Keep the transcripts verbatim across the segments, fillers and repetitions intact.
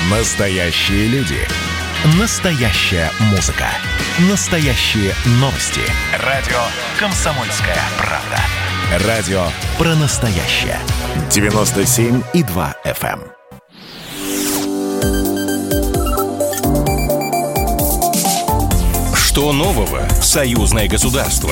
Настоящие люди. Настоящая музыка. Настоящие новости. Радио «Комсомольская правда». Радио про настоящее. девяносто семь и два эф эм. Что нового в союзное государство?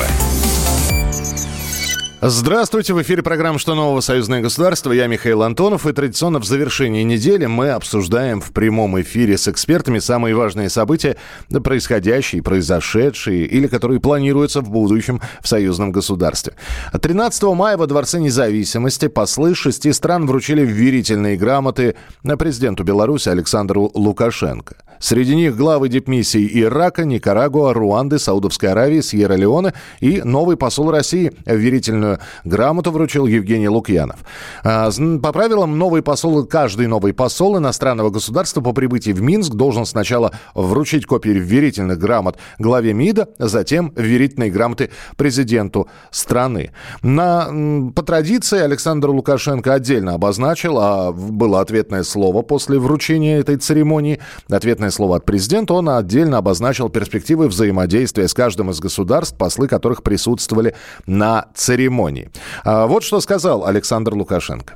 Здравствуйте, в эфире программа «Что нового? Союзное государство». Я Михаил Антонов, и традиционно в завершении недели мы обсуждаем в прямом эфире с экспертами самые важные события, происходящие, произошедшие или которые планируются в будущем в союзном государстве. тринадцатого мая во Дворце независимости послы шести стран вручили вверительные грамоты президенту Беларуси Александру Лукашенко. Среди них главы дипмиссий Ирака, Никарагуа, Руанды, Саудовской Аравии, Сьерра-Леоне и новый посол России. Вверительную грамоту вручил Евгений Лукьянов. По правилам, новый посол, каждый новый посол иностранного государства по прибытии в Минск должен сначала вручить копии вверительных грамот главе МИДа, затем вверительные грамоты президенту страны. На, по традиции Александр Лукашенко отдельно обозначил, а было ответное слово после вручения этой церемонии, ответное слово от президента, он отдельно обозначил перспективы взаимодействия с каждым из государств, послы которых присутствовали на церемонии. А вот что сказал Александр Лукашенко.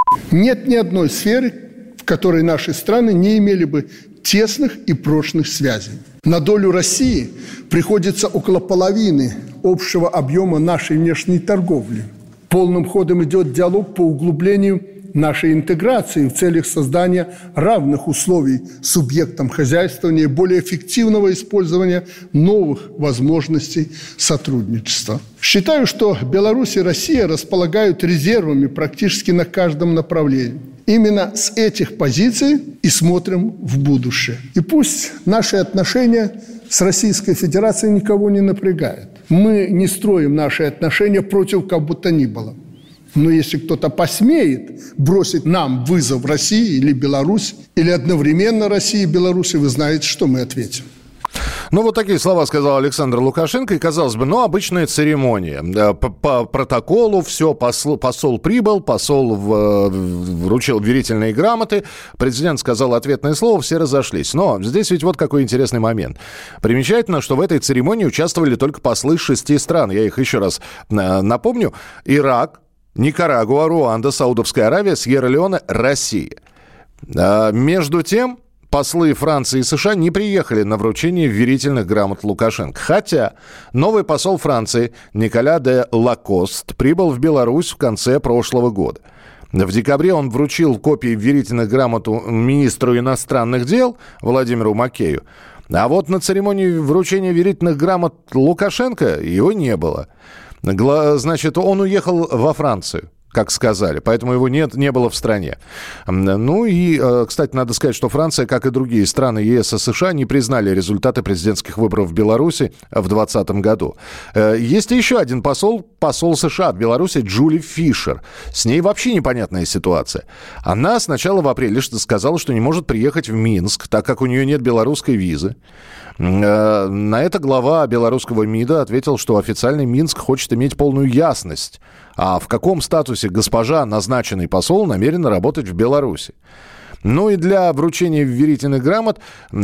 Нет ни одной сферы, в которой наши страны не имели бы тесных и прочных связей. На долю России приходится около половины общего объема нашей внешней торговли. Полным ходом идет диалог по углублению нашей интеграции в целях создания равных условий субъектам хозяйствования и более эффективного использования новых возможностей сотрудничества. Считаю, что Беларусь и Россия располагают резервами практически на каждом направлении. Именно с этих позиций и смотрим в будущее. И пусть наши отношения с Российской Федерацией никого не напрягают. Мы не строим наши отношения против кого бы то ни было. Но если кто-то посмеет бросить нам вызов России или Беларусь, или одновременно России и Беларуси, вы знаете, что мы ответим. Ну, вот такие слова сказал Александр Лукашенко. И, казалось бы, ну, обычная церемония. По, по протоколу все, посол, посол прибыл, посол в, вручил верительные грамоты, президент сказал ответное слово, все разошлись. Но здесь ведь вот какой интересный момент. Примечательно, что в этой церемонии участвовали только послы шести стран. Я их еще раз напомню. Ирак, Никарагуа, Руанда, Саудовская Аравия, Сьерра-Леоне, Россия. А между тем, послы Франции и США не приехали на вручение вверительных грамот Лукашенко. Хотя новый посол Франции Николя де Лакост прибыл в Беларусь в конце прошлого года. В декабре он вручил копии вверительных грамот министру иностранных дел Владимиру Макею. А вот на церемонии вручения верительных грамот Лукашенко его не было. Значит, он уехал во Францию, как сказали, поэтому его нет, не было в стране. Ну и, кстати, надо сказать, что Франция, как и другие страны ЕС и США, не признали результаты президентских выборов в Беларуси в двадцатом году. Есть еще один посол, посол США в Беларуси Джули Фишер. С ней вообще непонятная ситуация. Она сначала в апреле сказала, что не может приехать в Минск, так как у нее нет белорусской визы. На это глава белорусского МИДа ответил, что официальный Минск хочет иметь полную ясность, а в каком статусе госпожа, назначенный посол, намерена работать в Беларуси. Ну и для вручения вверительных грамот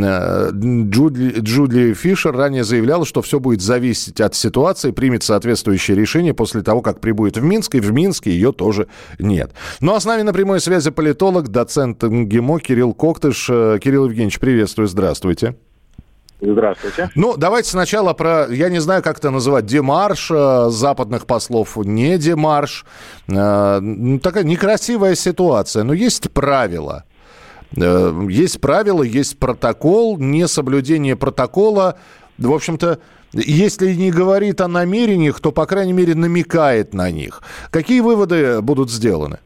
Джули, Джули Фишер ранее заявляла, что все будет зависеть от ситуации, примет соответствующее решение после того, как прибудет в Минск, и в Минске ее тоже нет. Ну а с нами на прямой связи политолог, доцент МГИМО Кирилл Коктыш. Кирилл Евгеньевич, приветствую, здравствуйте. Здравствуйте. Ну, давайте сначала про, я не знаю, как это называть, демарш э, западных послов, не демарш. Э, такая некрасивая ситуация, но есть правила. Э, есть правила, есть протокол, несоблюдение протокола. В общем-то, если не говорит о намерениях, то, по крайней мере, намекает на них. Какие выводы будут сделаны?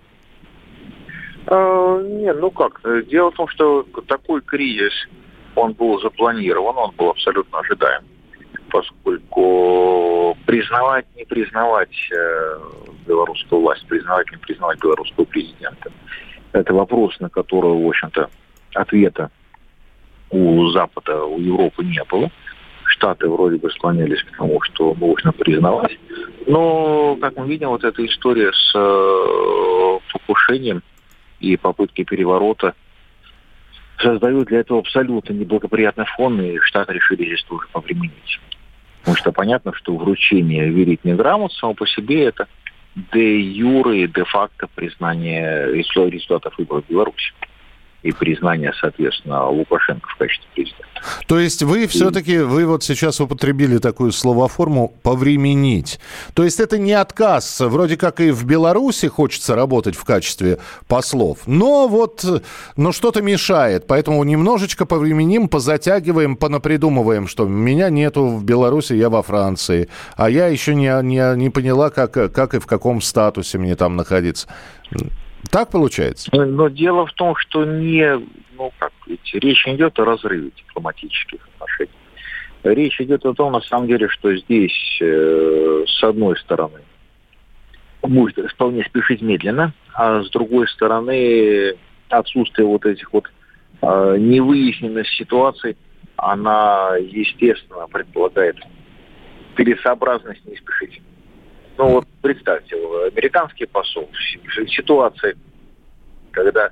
А, не, ну как, дело в том, что такой кризис... Он был запланирован, он был абсолютно ожидаем, поскольку признавать, не признавать э, белорусскую власть, признавать, не признавать белорусского президента, это вопрос, на который, в общем-то, ответа у Запада, у Европы не было. Штаты вроде бы склонялись к тому, что нужно признавать. Но, как мы видим, вот эта история с э, покушением и попыткой переворота создают для этого абсолютно неблагоприятный фон, и Штаты решили здесь тоже повременить. Потому что понятно, что вручение верительных грамот само по себе это де юре и де факто признание результатов выборов в Беларуси. И признание, соответственно, Лукашенко в качестве президента. То есть вы все-таки, вы вот сейчас употребили такую словоформу «повременить». То есть это не отказ, вроде как и в Беларуси хочется работать в качестве послов, но вот, но что-то мешает, поэтому немножечко повременим, позатягиваем, понапридумываем, что меня нету в Беларуси, я во Франции, а я еще не, не, не поняла, как, как и в каком статусе мне там находиться. Так получается? Но дело в том, что не, ну как ведь речь идет о разрыве дипломатических отношений. Речь идет о том, на самом деле, что здесь, э, с одной стороны, будет вполне спешить медленно, а с другой стороны, отсутствие вот этих вот э, невыясненных ситуаций, она, естественно, предполагает целесообразность не спешить. Ну вот представьте, американский посол в ситуации, когда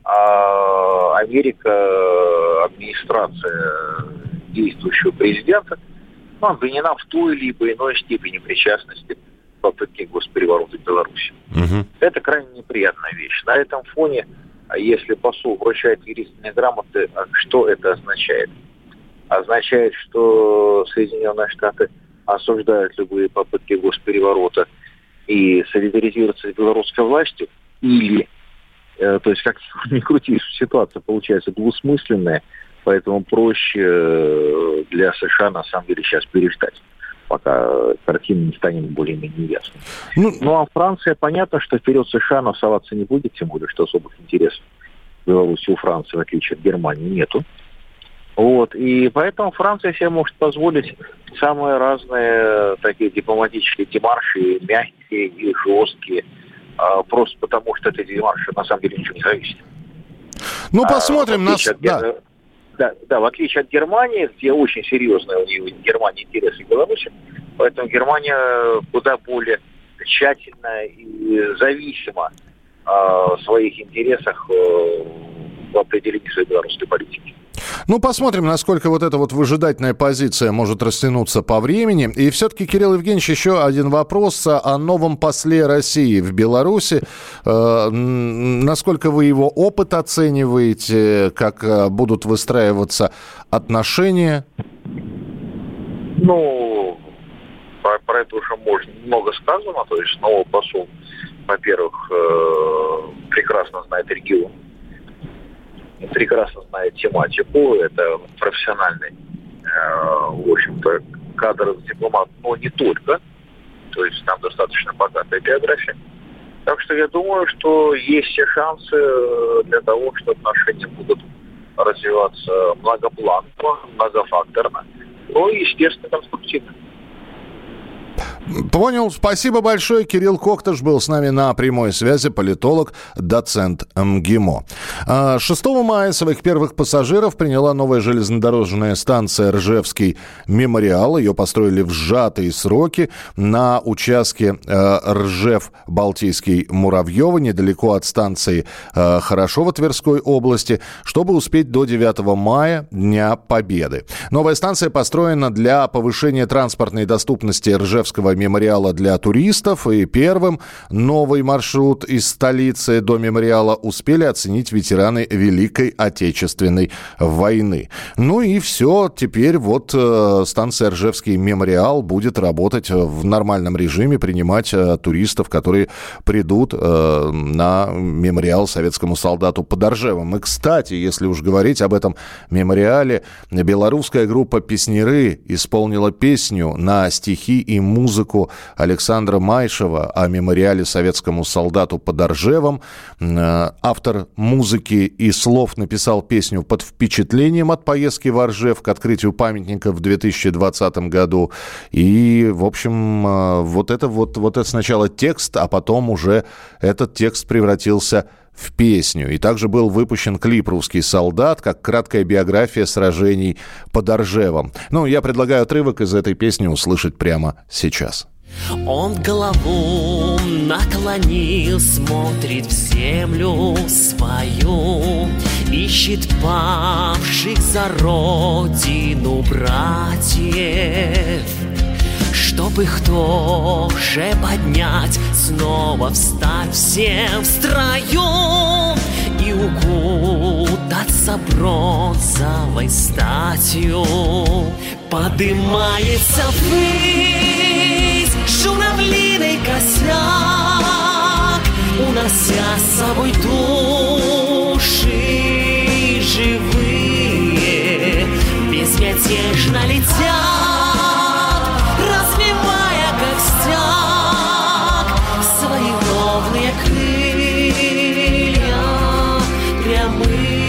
а, Америка, администрация действующего президента, ну, обвинена в той либо иной степени причастности к попытке госпереворота в Беларуси. Угу. Это крайне неприятная вещь. На этом фоне, если посол вручает верительные грамоты, что это означает? Означает, что Соединенные Штаты осуждают любые попытки госпереворота и солидаризируются с белорусской властью, или, э, то есть, как ни крути, ситуация получается двусмысленная, поэтому проще э, для США, на самом деле, сейчас переждать, пока картина не станет более-менее ясной. Ну, ну, а Франция, понятно, что вперед США она соваться не будет, тем более, что особых интересов в Беларуси у Франции, в отличие от Германии, нету. Вот, и поэтому Франция себе может позволить самые разные такие дипломатические демарши, мягкие и жесткие, а, просто потому что эти демарши на самом деле ничего не зависит. Ну, посмотрим. А, нас... от, да. Да, да, в отличие от Германии, где очень серьезные у нее Германии интересы в Беларуси, поэтому Германия куда более тщательно и зависима а, в своих интересах а, в определении своей белорусской политики. Ну, посмотрим, насколько вот эта вот выжидательная позиция может растянуться по времени. И все-таки, Кирилл Евгеньевич, еще один вопрос о новом после России в Беларуси. Э, насколько вы его опыт оцениваете, как будут выстраиваться отношения? Ну, про, про это уже можно много сказано. То есть новый посол, во-первых, э, прекрасно знает регион. Прекрасно знает тематику, это профессиональный, э, в общем-то, кадровый дипломат, но не только, то есть там достаточно богатая биография. Так что я думаю, что есть все шансы для того, что отношения будут развиваться многопланово, многофакторно, но, естественно, конструктивно. Понял. Спасибо большое. Кирилл Коктыш был с нами на прямой связи, политолог, доцент МГИМО. шестого мая своих первых пассажиров приняла новая железнодорожная станция Ржевский мемориал. Ее построили в сжатые сроки на участке Ржев-Балтийский-Муравьево, недалеко от станции Хорошово Тверской области, чтобы успеть до девятого мая, Дня Победы. Новая станция построена для повышения транспортной доступности Ржевского мемориала для туристов, и первым новый маршрут из столицы до мемориала успели оценить ветераны Великой Отечественной войны. Ну и все, теперь вот э, станция Ржевский мемориал будет работать в нормальном режиме, принимать э, туристов, которые придут э, на мемориал советскому солдату под Ржевом. И, кстати, если уж говорить об этом мемориале, белорусская группа «Песняры» исполнила песню на стихи и музыку Александра Майшева о мемориале советскому солдату под Ржевом. Автор музыки и слов написал песню под впечатлением от поездки в Ржев к открытию памятника в две тысячи двадцатом году. И, в общем, вот это вот, вот это сначала текст, а потом уже этот текст превратился в песню. И также был выпущен клип «Русский солдат», как краткая биография сражений под Ржевом. Ну, я предлагаю отрывок из этой песни услышать прямо сейчас. Он голову наклонил, смотрит в землю свою ищет павших за родину братьев, чтоб их тоже поднять, снова встать всем в строю и укутаться бронзовой статью. Подымается ввысь журавлиный косяк, унося с собой души живые, безмятежно летят, разбивая как стяг свои ровные крылья прямые.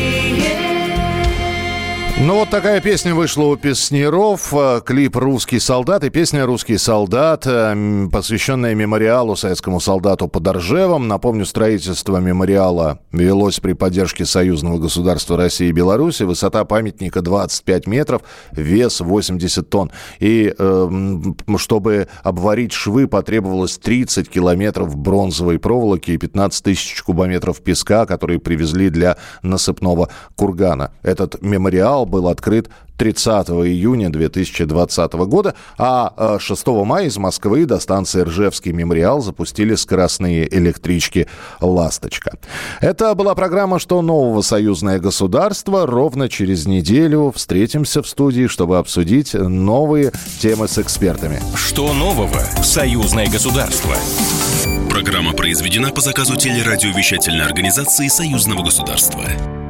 Ну вот такая песня вышла у Песняров, клип «Русский солдат» и песня «Русский солдат», посвященная мемориалу советскому солдату под Ржевом. Напомню, строительство мемориала велось при поддержке союзного государства России и Беларуси. Высота памятника двадцать пять метров, вес восемьдесят тонн. И э, чтобы обварить швы, потребовалось тридцать километров бронзовой проволоки и пятнадцать тысяч кубометров песка, которые привезли для насыпного кургана. Этот мемориал был открыт тридцатого июня две тысячи двадцатого года, а шестого мая из Москвы до станции Ржевский мемориал запустили скоростные электрички «Ласточка». Это была программа «Что нового? Союзное государство». Ровно через неделю встретимся в студии, чтобы обсудить новые темы с экспертами. Что нового? Союзное государство. Программа произведена по заказу телерадиовещательной организации Союзного государства.